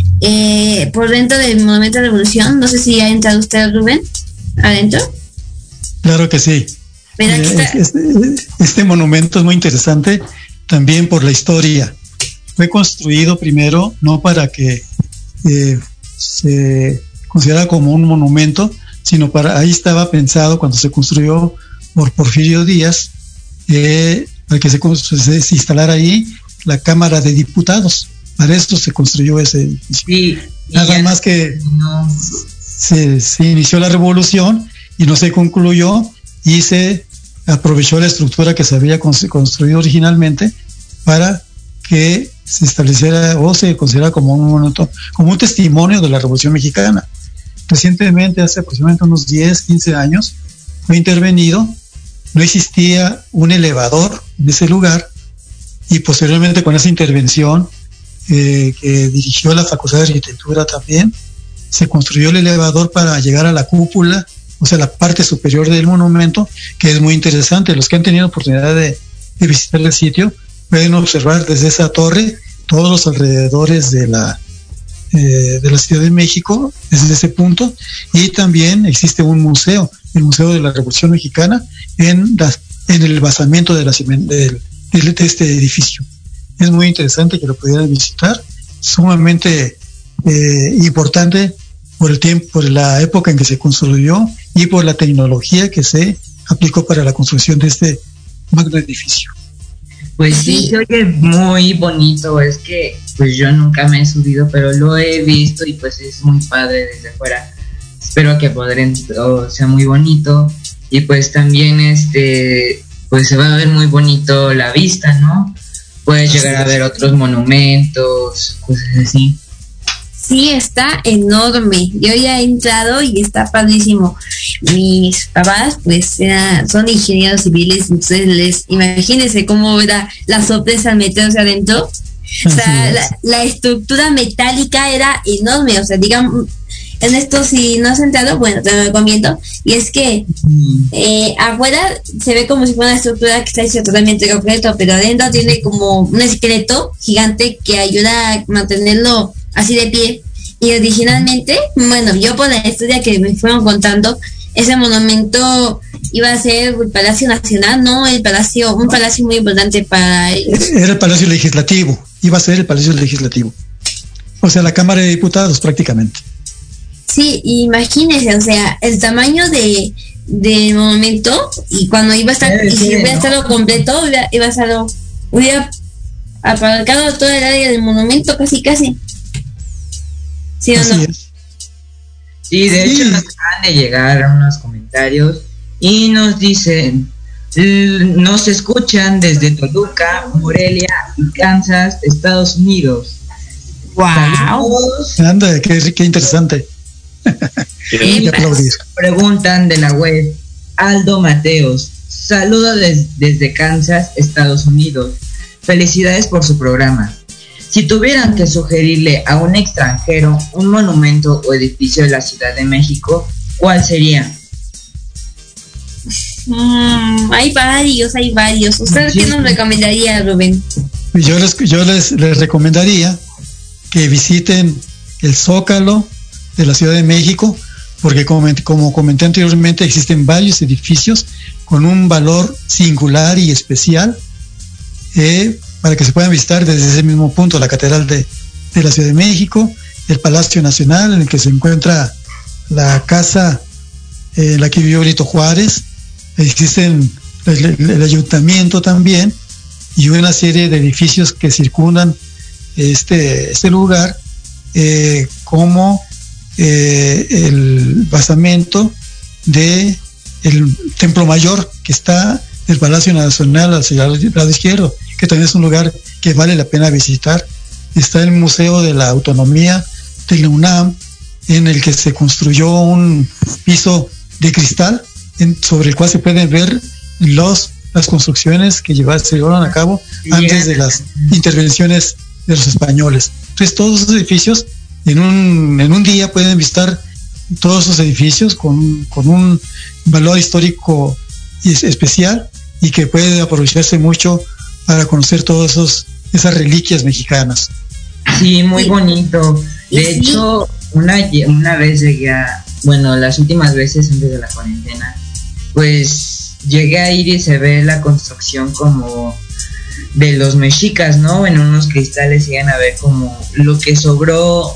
Eh, por dentro del Monumento a la Revolución, no sé si ha entrado usted, Rubén, adentro. Claro que sí. ¿Verdad que está? Este, este monumento es muy interesante también por la historia. Fue construido primero no para que eh, se considerara como un monumento, sino para, ahí estaba pensado cuando se construyó por Porfirio Díaz, eh, para que se, se, se instalara ahí la Cámara de Diputados. Para esto se construyó ese edificio. Sí, nada más que no. se, se inició la revolución y no se concluyó, y se aprovechó la estructura que se había construido originalmente para que se estableciera o se considerara como un monumento, como un testimonio de la Revolución Mexicana. Recientemente, hace aproximadamente unos diez, quince años, fue intervenido, no existía un elevador en ese lugar, y posteriormente con esa intervención eh, que dirigió la Facultad de Arquitectura también, se construyó el elevador para llegar a la cúpula, o sea, la parte superior del monumento, que es muy interesante. Los que han tenido oportunidad de, de visitar el sitio pueden observar desde esa torre todos los alrededores de la eh, de la Ciudad de México, desde ese punto. Y también existe un museo, el Museo de la Revolución Mexicana, en, la, en el basamento de, la, de, de, de este edificio. Es muy interesante que lo pudieran visitar, sumamente eh, importante por el tiempo, por la época en que se construyó y por la tecnología que se aplicó para la construcción de este magno edificio. Pues sí, se oye muy bonito. Es que pues yo nunca me he subido, pero lo he visto y pues es muy padre desde afuera. Espero que por dentro sea muy bonito, y pues también este pues se va a ver muy bonito la vista, ¿no? Puedes llegar a ver otros monumentos, cosas así. Sí, está enorme. Yo ya he entrado y está padrísimo. Mis papás, pues, era, son ingenieros civiles, entonces les, imagínense cómo era la sorpresa al meterse adentro. O sea, la, la estructura metálica era enorme. O sea, digamos, en esto, si no has entrado, bueno, te lo recomiendo. Y es que eh, afuera se ve como si fuera una estructura que está hecha totalmente de concreto, pero adentro tiene como un esqueleto gigante que ayuda a mantenerlo así de pie. Y originalmente, bueno, yo por la historia que me fueron contando, ese monumento iba a ser el Palacio Nacional, ¿no? El palacio, un palacio muy importante para ellos. Era el Palacio Legislativo, iba a ser el Palacio Legislativo. O sea, la Cámara de Diputados prácticamente. Sí, imagínense, o sea, el tamaño de del monumento, y cuando iba a estar, y si hubiera estado completo, iba, iba a estar, hubiera aparcado toda el área del monumento casi casi. ¿Sí o no? Sí, de hecho nos acaban de llegar unos comentarios y nos dicen, nos escuchan desde Toluca, Morelia y Kansas, Estados Unidos. ¡Wow! Anda, qué, qué interesante. Y preguntan de la web, Aldo Mateos, saludo des, desde Kansas, Estados Unidos. Felicidades por su programa. Si tuvieran que sugerirle a un extranjero un monumento o edificio de la Ciudad de México, ¿cuál sería? Mm, hay varios, hay varios. ¿Usted sí. qué nos recomendaría, Rubén? Yo les, yo les, les recomendaría que visiten el Zócalo de la Ciudad de México, porque como, como comenté anteriormente, existen varios edificios con un valor singular y especial, eh, para que se puedan visitar desde ese mismo punto: la Catedral de, de la Ciudad de México, el Palacio Nacional, en el que se encuentra la casa eh, en la que vivió Benito Juárez. Existen el, el, el ayuntamiento también, y una serie de edificios que circundan este, este lugar, eh, como eh, el basamento de el Templo Mayor, que está del Palacio Nacional hacia el lado izquierdo, que también es un lugar que vale la pena visitar. Está el Museo de la Autonomía de la UNAM, en el que se construyó un piso de cristal en, sobre el cual se pueden ver los, las construcciones que llevaron, se llevaron a cabo antes de las intervenciones de los españoles. Entonces, todos esos edificios en un, en un día pueden visitar todos esos edificios con, con un valor histórico especial y que puede aprovecharse mucho para conocer todas esos esas reliquias mexicanas. Sí, muy bonito. De hecho, una, una vez llegué a, bueno, las últimas veces antes de la cuarentena, pues llegué a ir y se ve la construcción como de los mexicas, ¿no? En unos cristales llegan a ver como lo que sobró,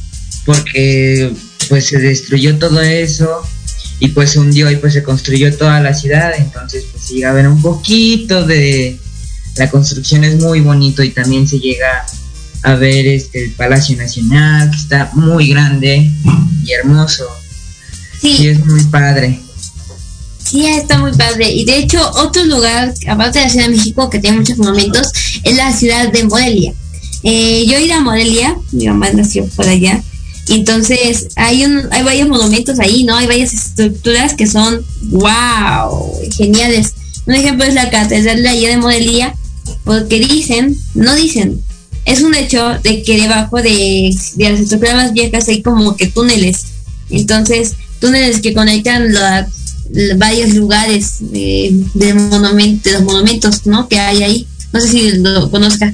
porque pues se destruyó todo eso y pues se hundió y pues se construyó toda la ciudad, entonces pues se llega a ver un poquito de la construcción. Es muy bonito y también se llega a ver este el Palacio Nacional, que está muy grande y hermoso. Sí, y es muy padre. Sí, está muy padre. Y de hecho, otro lugar, aparte de la Ciudad de México, que tiene muchos monumentos, es la ciudad de Morelia. Eh, yo he ido a Morelia, mi mamá nació por allá. Entonces, hay un, hay varios monumentos ahí, ¿no? Hay varias estructuras que son, wow, geniales. Un ejemplo es la Catedral de allá de Morelia, porque dicen, no dicen, es un hecho de que debajo de, de las estructuras más viejas hay como que túneles. Entonces, túneles que conectan la varios lugares eh, de, monument- de los monumentos, ¿no? Que hay ahí. No sé si lo conozca.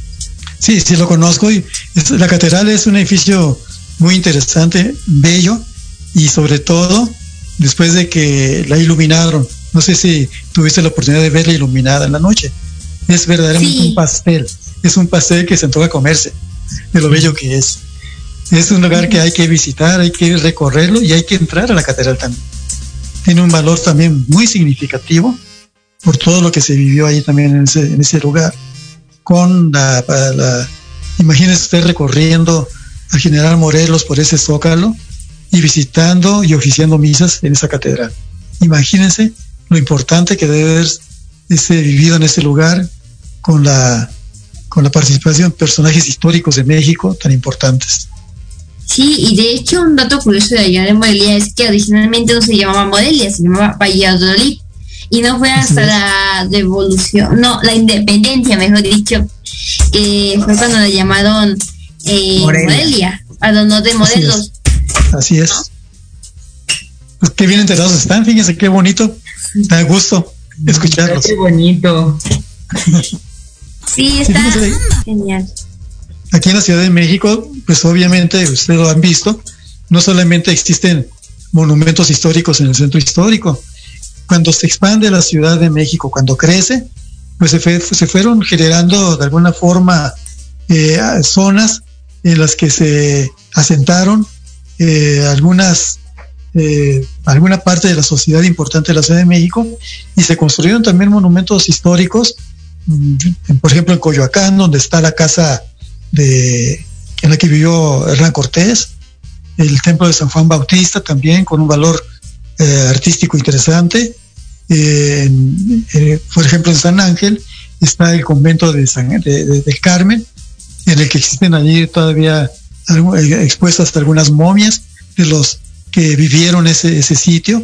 Sí, sí lo conozco. Y es, la catedral es un edificio muy interesante, bello, y sobre todo después de que la iluminaron. No sé si tuviste la oportunidad de verla iluminada en la noche. Es verdaderamente sí. un pastel. Es un pastel que se antoja comerse, de lo bello que es. Es un lugar que hay que visitar, hay que recorrerlo y hay que entrar a la catedral también. Tiene un valor también muy significativo por todo lo que se vivió ahí también en ese, en ese lugar. Con la, la, imagínese usted recorriendo al General Morelos por ese zócalo y visitando y oficiando misas en esa catedral. Imagínense lo importante que debe haber ese vivido en ese lugar con la, con la participación de personajes históricos de México tan importantes. Sí, y de hecho un dato curioso de allá de Morelia es que originalmente no se llamaba Morelia, se llamaba Valladolid, y no fue hasta la devolución, no, la independencia, mejor dicho, que fue cuando la llamaron eh, Morelia. Morelia, a los no de Morelos. Así es. Así es. Pues qué bien enterados están, fíjense qué bonito, da gusto escucharlos. Qué bonito. Sí, está sí, genial. Aquí en la Ciudad de México, pues obviamente ustedes lo han visto, no solamente existen monumentos históricos en el centro histórico. Cuando se expande la Ciudad de México, cuando crece, pues se, fue, se fueron generando de alguna forma eh, zonas en las que se asentaron eh, algunas eh, alguna parte de la sociedad importante de la Ciudad de México y se construyeron también monumentos históricos, por ejemplo en Coyoacán, donde está la casa de en la que vivió Hernán Cortés, el templo de San Juan Bautista también con un valor eh, artístico interesante. Eh, en, eh, por ejemplo en San Ángel está el convento de San, de, de, del Carmen, en el que existen allí todavía algo, eh, expuestas algunas momias de los que vivieron ese, ese sitio,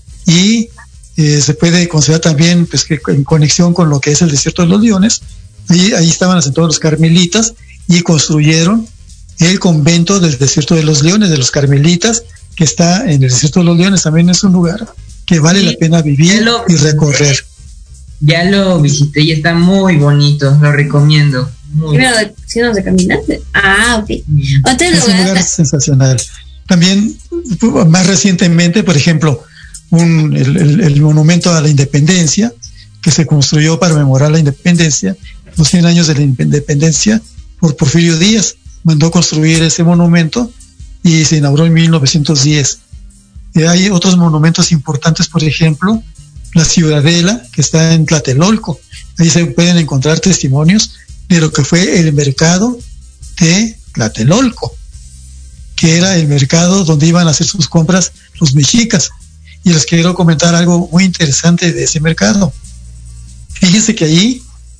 y eh, se puede considerar también pues, que en conexión con lo que es el desierto de los Leones, ahí, ahí estaban asentados los carmelitas y construyeron el convento del desierto de los Leones, de los carmelitas, que está en el desierto de los Leones. También es un lugar que vale sí, la pena vivir lo, y recorrer. Ya lo visité y está muy bonito, lo recomiendo. Muy Pero si no se camina. Ah, ok. Otro es lugar, un lugar sensacional. También más recientemente, por ejemplo, un, el, el, el monumento a la independencia, que se construyó para memorar la independencia, los cien años de la independencia, por Porfirio Díaz. Mandó construir ese monumento y se inauguró en mil novecientos diez. Y hay otros monumentos importantes, por ejemplo, la Ciudadela, que está en Tlatelolco. Ahí se pueden encontrar testimonios de lo que fue el mercado de Tlatelolco, que era el mercado donde iban a hacer sus compras los mexicas. Y les quiero comentar algo muy interesante de ese mercado. Fíjense que allí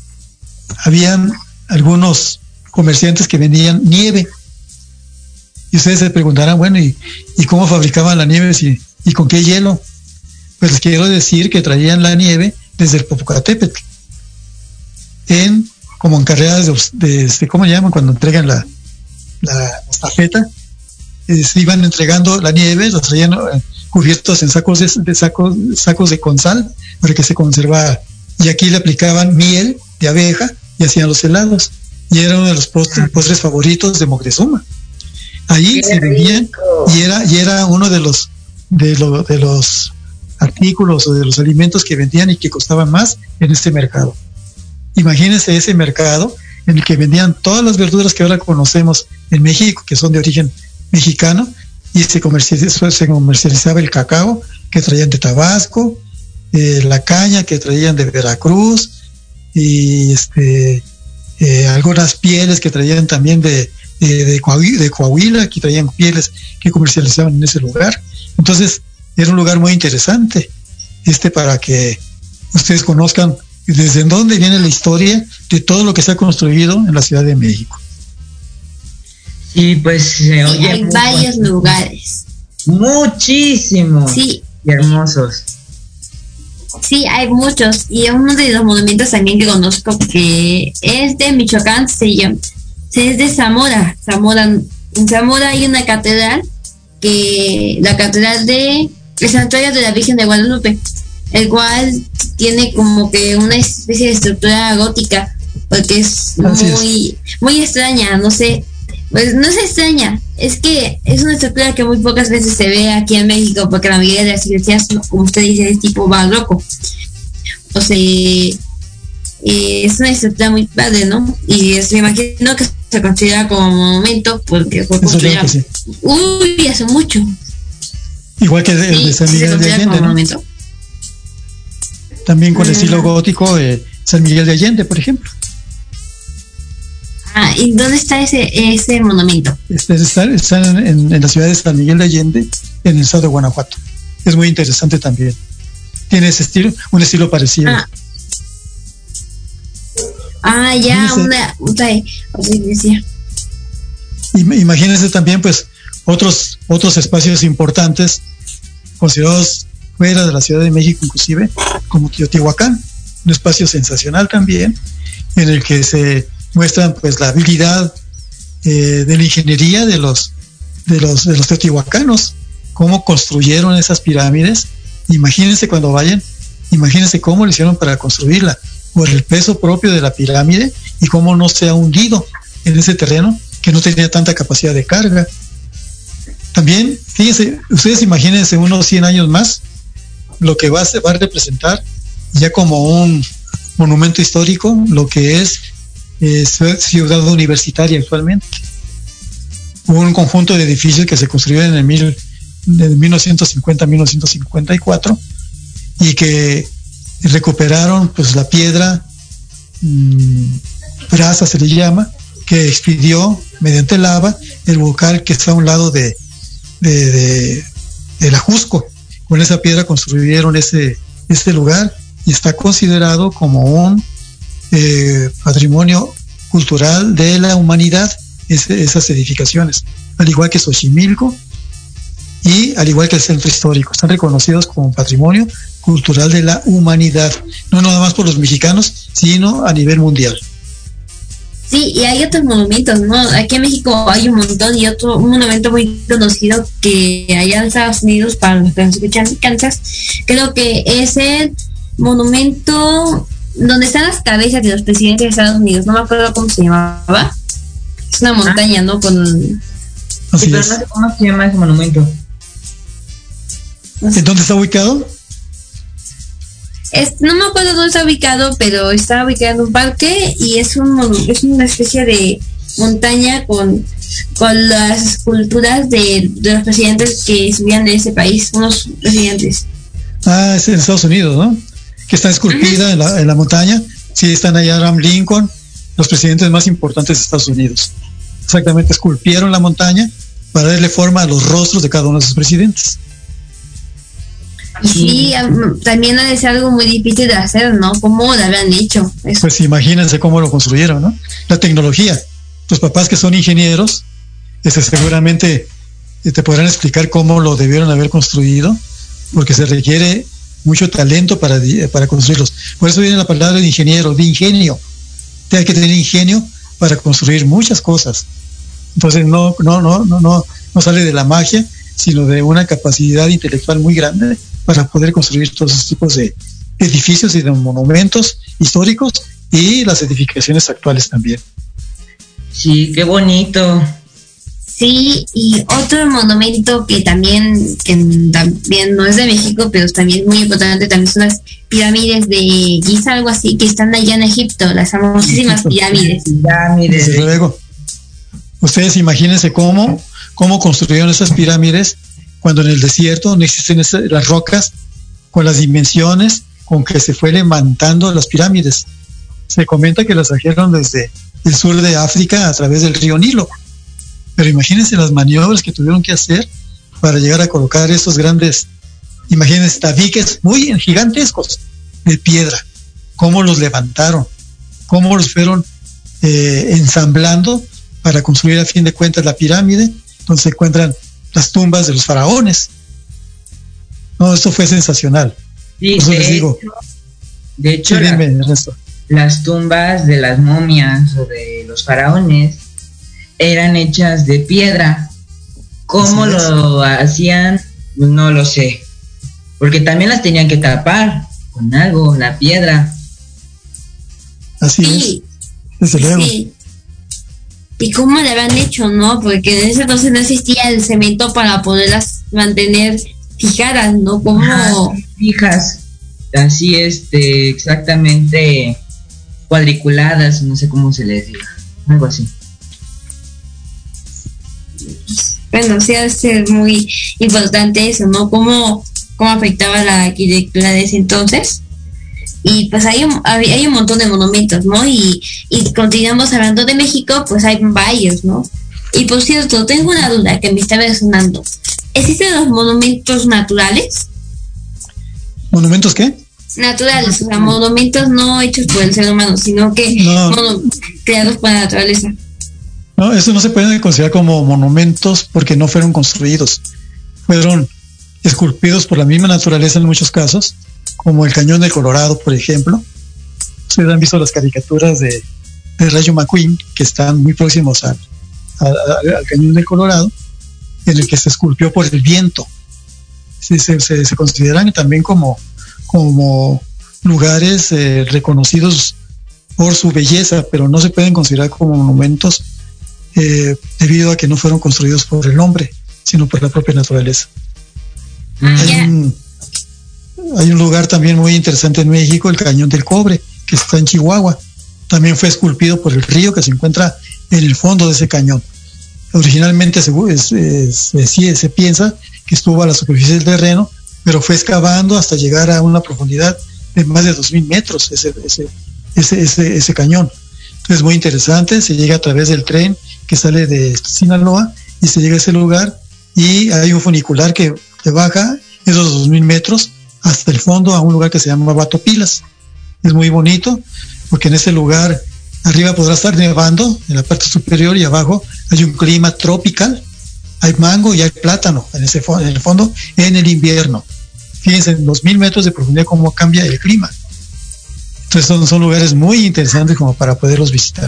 habían algunos comerciantes que vendían nieve. Y ustedes se preguntarán, bueno, ¿y, y cómo fabricaban la nieve si, y con qué hielo? Pues les quiero decir que traían la nieve desde el Popocatépetl, en, como en carreras de, de, de ¿cómo llaman? Cuando entregan la, la estafeta, eh, se iban entregando la nieve, los traían eh, cubiertos en sacos de, de sacos, sacos de con sal para que se conservara. Y aquí le aplicaban miel de abeja y hacían los helados. Y era uno de los postres, postres favoritos de Moctezuma. Ahí se vendían y era, y era uno de los, de, lo, de los artículos o de los alimentos que vendían y que costaban más en este mercado. Imagínense ese mercado en el que vendían todas las verduras que ahora conocemos en México, que son de origen mexicano, y se comercializaba, se comercializaba el cacao que traían de Tabasco, eh, la caña que traían de Veracruz, y este eh, algunas pieles que traían también de, de, de, Coahuila, de Coahuila, que traían pieles que comercializaban en ese lugar. Entonces era un lugar muy interesante este para que ustedes conozcan desde dónde viene la historia de todo lo que se ha construido en la Ciudad de México. Y pues se oye hay varios lugares. Muchísimos. Sí. Y hermosos. Sí, hay muchos. Y uno de los monumentos también que conozco que es de Michoacán, se llama, es de Zamora. Zamora. En Zamora hay una catedral, que la catedral de el Santuario de la Virgen de Guadalupe, el cual tiene como que una especie de estructura gótica, porque es muy, muy extraña, no sé. Pues no se extraña, es que es una estructura que muy pocas veces se ve aquí en México, porque la mayoría de las iglesias, como usted dice, es tipo barroco. O sea, eh, es una estructura muy padre, ¿no? Y es, me imagino que se considera como monumento, porque fue construida sí. Uy, hace mucho. Igual que el sí, de San Miguel de Allende, ¿no? Monumento. También con el estilo gótico, eh, San Miguel de Allende, por ejemplo. Ah, ¿y dónde está ese ese monumento? Este, está está en, en, en la ciudad de San Miguel de Allende, en el estado de Guanajuato. Es muy interesante también. Tiene ese estilo, un estilo parecido. Ah, ah ya, una, una iglesia. Imagínense también, pues, otros otros espacios importantes considerados fuera de la Ciudad de México, inclusive, como Teotihuacán, un espacio sensacional también, en el que se muestran pues la habilidad eh, de la ingeniería de los de los de los teotihuacanos, cómo construyeron esas pirámides. Imagínense cuando vayan, imagínense cómo lo hicieron para construirla, por el peso propio de la pirámide y cómo no se ha hundido en ese terreno que no tenía tanta capacidad de carga. También, fíjense, ustedes imagínense unos cien años más lo que va a, va a representar ya como un monumento histórico lo que es Eh, ciudad universitaria actualmente. Hubo un conjunto de edificios que se construyeron en el mil, de mil novecientos cincuenta a mil novecientos cincuenta y cuatro y que recuperaron pues la piedra mmm, brasa se le llama, que expidió mediante lava el volcán que está a un lado de de, de, de la Jusco. Con esa piedra construyeron ese, ese lugar y está considerado como un Eh, patrimonio cultural de la humanidad, ese, esas edificaciones, al igual que Xochimilco y al igual que el centro histórico, están reconocidos como patrimonio cultural de la humanidad, no nada más por los mexicanos, sino a nivel mundial. Sí, y hay otros monumentos, ¿no? Aquí en México hay un montón, y otro un monumento muy conocido que allá en Estados Unidos, para los que nos escuchan en Kansas, creo que es el monumento donde están las cabezas de los presidentes de Estados Unidos, no me acuerdo cómo se llamaba. Es una montaña, ¿no? Con... Sí, pero no sé cómo se llama ese monumento. ¿En dónde está ubicado? Es, no me acuerdo dónde está ubicado, pero está ubicado en un parque y es un es una especie de montaña con con las esculturas de, de los presidentes que subían de ese país, unos presidentes. Ah, es en Estados Unidos, ¿no? Que está esculpida en la, en la montaña. Sí, están allá Abraham Lincoln, los presidentes más importantes de Estados Unidos. Exactamente, esculpieron la montaña para darle forma a los rostros de cada uno de sus presidentes. Y sí, también ha de ser algo muy difícil de hacer, ¿no? ¿Cómo lo habrán hecho? Eso. Pues imagínense cómo lo construyeron, ¿no? La tecnología. Tus papás que son ingenieros, este, seguramente te podrán explicar cómo lo debieron haber construido, porque se requiere mucho talento para, para construirlos. Por eso viene la palabra de ingeniero, de ingenio. Hay que tener ingenio para construir muchas cosas. Entonces no, no, no, no, no, no sale de la magia, sino de una capacidad intelectual muy grande para poder construir todos esos tipos de edificios y de monumentos históricos y las edificaciones actuales también. Sí, qué bonito. Sí, y otro monumento que también, que también no es de México, pero también es muy importante, también son las pirámides de Giza, algo así, que están allá en Egipto, las famosísimas pirámides. Pirámides. Desde luego. Ustedes imagínense cómo, cómo construyeron esas pirámides cuando en el desierto no existen esas, las rocas con las dimensiones con que se fue levantando las pirámides. Se comenta que las trajeron desde el sur de África a través del río Nilo. Pero imagínense las maniobras que tuvieron que hacer para llegar a colocar esos grandes, imagínense, tabiques muy gigantescos de piedra. Cómo los levantaron, cómo los fueron eh, ensamblando para construir a fin de cuentas la pirámide, donde se encuentran las tumbas de los faraones. No, eso fue sensacional. Sí, Por eso de les digo. hecho, de hecho Sí, la- dime, Ernesto. las tumbas de las momias o de los faraones eran hechas de piedra. ¿Cómo Así es. lo hacían? No lo sé. Porque también las tenían que tapar con algo, la piedra. Así Sí, es, desde luego. sí. ¿Y cómo le habían hecho, no? Porque en ese entonces no existía el cemento para poderlas mantener fijadas, ¿no? ¿Cómo? Ah, fijas, así este, exactamente cuadriculadas, no sé cómo se les diga, algo así. Bueno, sí ha de ser muy importante eso, ¿no? ¿Cómo, cómo afectaba la arquitectura de ese entonces? Y pues hay un, hay hay un montón de monumentos, ¿no? Y, y continuamos hablando de México, pues hay varios, ¿no? Y por cierto, tengo una duda que me está resonando. ¿Existen los monumentos naturales? ¿Monumentos qué? Naturales, o sea, monumentos no hechos por el ser humano, sino que No. mono- creados por la naturaleza. No, eso no se puede considerar como monumentos porque no fueron construidos. Fueron esculpidos por la misma naturaleza en muchos casos, como el Cañón del Colorado, por ejemplo. Ustedes han visto las caricaturas de, de Rayo McQueen, que están muy próximos al, al, al Cañón del Colorado, en el que se esculpió por el viento. Sí, se, se, se consideran también como, como lugares eh, reconocidos por su belleza, pero no se pueden considerar como monumentos eh, debido a que no fueron construidos por el hombre, sino por la propia naturaleza. Ah, Hay ya. un, hay un lugar también muy interesante en México, el Cañón del Cobre, que está en Chihuahua. También fue esculpido por el río que se encuentra en el fondo de ese cañón. Originalmente se, es, es, se, se piensa que estuvo a la superficie del terreno, pero fue excavando hasta llegar a una profundidad de más de dos mil metros ese, ese, ese, ese, ese cañón. Entonces, muy interesante, se llega a través del tren que sale de Sinaloa y se llega a ese lugar y hay un funicular que, que baja esos dos mil metros hasta el fondo a un lugar que se llama Batopilas. Es muy bonito porque en ese lugar arriba podrá estar nevando en la parte superior y abajo hay un clima tropical, hay mango y hay plátano en ese fo- en el fondo en el invierno. Fíjense, en dos mil metros de profundidad cómo cambia el clima. Entonces son, son lugares muy interesantes como para poderlos visitar.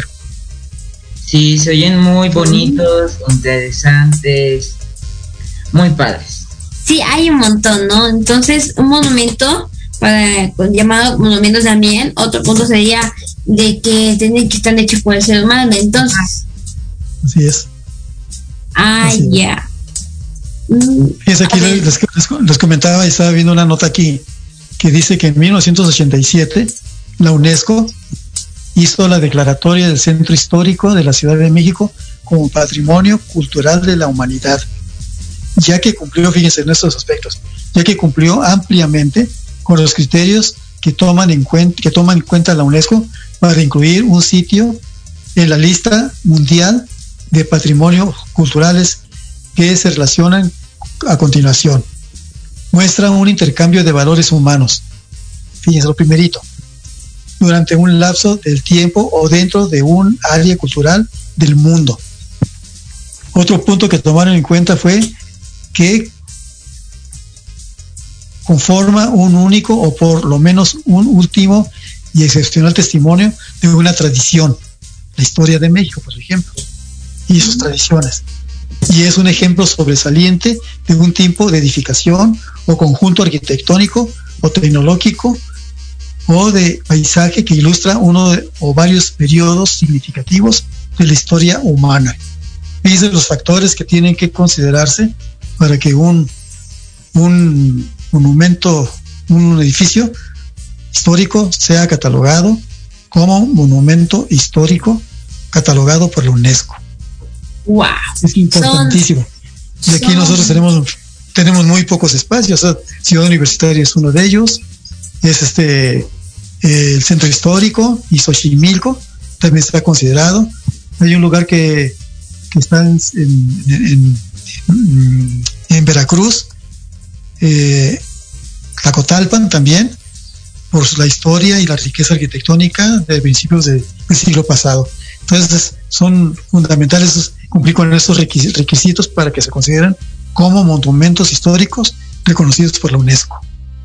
Sí, se oyen muy bonitos, interesantes, muy padres. Sí, hay un montón, ¿no? Entonces, un monumento para llamado monumentos también, otro punto sería de que tienen que estar hechos por el ser humano. Entonces, Así es. ah, Así es. ya. Mm, Fíjense, aquí a ver, les, les- les comentaba y estaba viendo una nota aquí que dice que en mil novecientos ochenta y siete la UNESCO hizo la declaratoria del Centro Histórico de la Ciudad de México como Patrimonio Cultural de la Humanidad, ya que cumplió, fíjense en estos aspectos, ya que cumplió ampliamente con los criterios que toman en cuenta, que toman en cuenta la UNESCO para incluir un sitio en la lista mundial de patrimonios culturales que se relacionan a continuación. Muestra un intercambio de valores humanos. Fíjense lo primerito. Durante un lapso del tiempo o dentro de un área cultural del mundo. Otro punto que tomaron en cuenta fue que conforma un único o por lo menos un último y excepcional testimonio de una tradición, la historia de México, por ejemplo, y sus tradiciones. y es un ejemplo sobresaliente de un tipo de edificación o conjunto arquitectónico o tecnológico o de paisaje que ilustra uno de, o varios periodos significativos de la historia humana. Esos son los factores que tienen que considerarse para que un, un monumento, un edificio histórico sea catalogado como monumento histórico catalogado por la UNESCO. Wow. Es importantísimo. Son, y aquí son... nosotros tenemos tenemos muy pocos espacios. O sea, Ciudad Universitaria es uno de ellos. Es este eh, el centro histórico y Xochimilco también está considerado. Hay un lugar que, que está en, en, en, en Veracruz, eh, Tlacotalpan también, por la historia y la riqueza arquitectónica de principios de, del siglo pasado. Entonces son fundamentales cumplir con estos requisitos para que se consideren como monumentos históricos reconocidos por la UNESCO.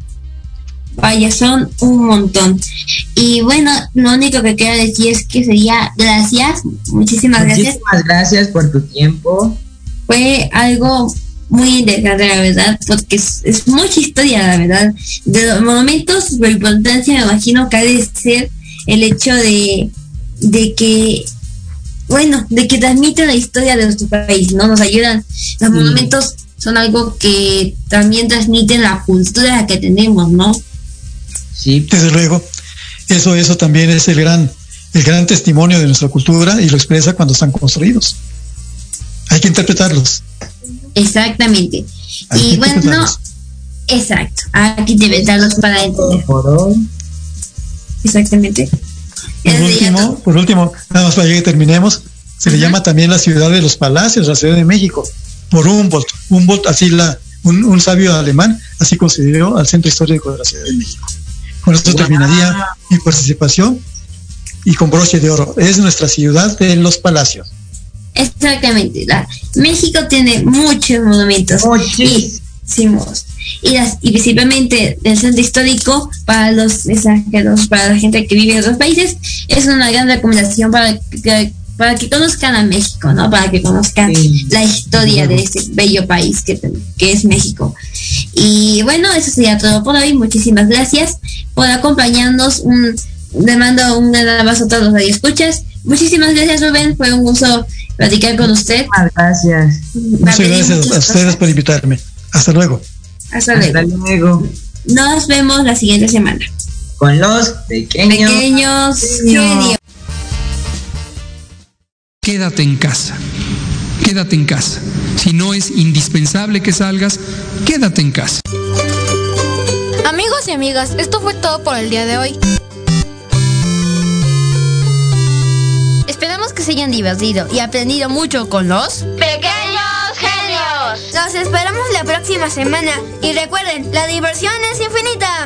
Vaya, son un montón. Y bueno, lo único que quiero decir es que sería gracias, muchísimas gracias. Muchísimas gracias por tu tiempo. Fue algo muy interesante, la verdad, porque es, es mucha historia, la verdad. De los monumentos, su importancia, me imagino que ha de ser el hecho de, de que, bueno, de que transmiten la historia de nuestro país, ¿no? Nos ayudan. Los sí. monumentos son algo que también transmiten la cultura que tenemos, ¿no? Sí, desde luego. Eso, eso también es el gran, el gran testimonio de nuestra cultura y lo expresa cuando están construidos. Hay que interpretarlos. Exactamente. Hay y bueno, exacto. Hay que interpretarlos para entender. Exactamente. Por último, por último, nada más para que terminemos, se uh-huh. le llama también la ciudad de los palacios, la Ciudad de México, por Humboldt. Humboldt, así la, un, un sabio alemán, así consideró al centro histórico de la Ciudad de México. Con esto wow. terminaría mi participación y con broche de oro. Es nuestra ciudad de los palacios. Exactamente. La, México tiene muchos monumentos. Muchísimos. Y, las, y principalmente el centro histórico para los extranjeros, para la gente que vive en otros países, es una gran recomendación para que, para que conozcan a México, ¿no? Para que conozcan sí. la historia de este bello país que, que es México. Y bueno, eso sería todo por hoy. Muchísimas gracias por acompañarnos. Un, le mando un gran abrazo a todos los radioescuchas. Muchísimas gracias, Rubén. Fue un gusto platicar con usted. Muchas gracias. Muchas gracias a ustedes cosas. por invitarme. Hasta luego. Hasta luego. Hasta luego. Nos vemos la siguiente semana. Con los pequeños, pequeños genios. Quédate en casa. Quédate en casa. Si no es indispensable que salgas, quédate en casa. Amigos y amigas, esto fue todo por el día de hoy. Esperamos que se hayan divertido y aprendido mucho con los pequeños genios. Los esperamos la próxima semana y recuerden, la diversión es infinita.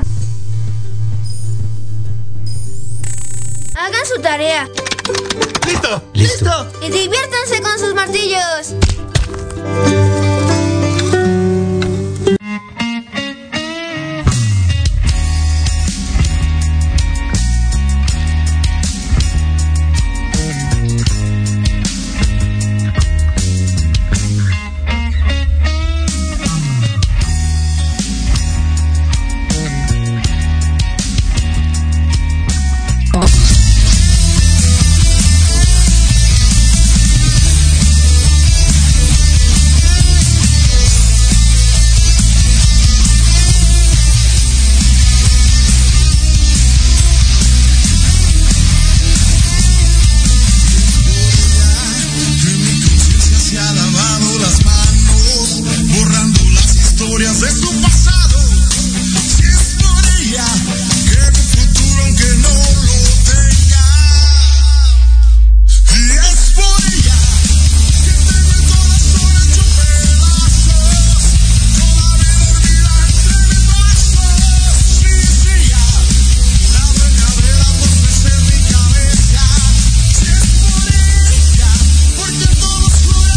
Hagan su tarea. ¡Listo! ¡Listo! Y diviértanse con sus martillos.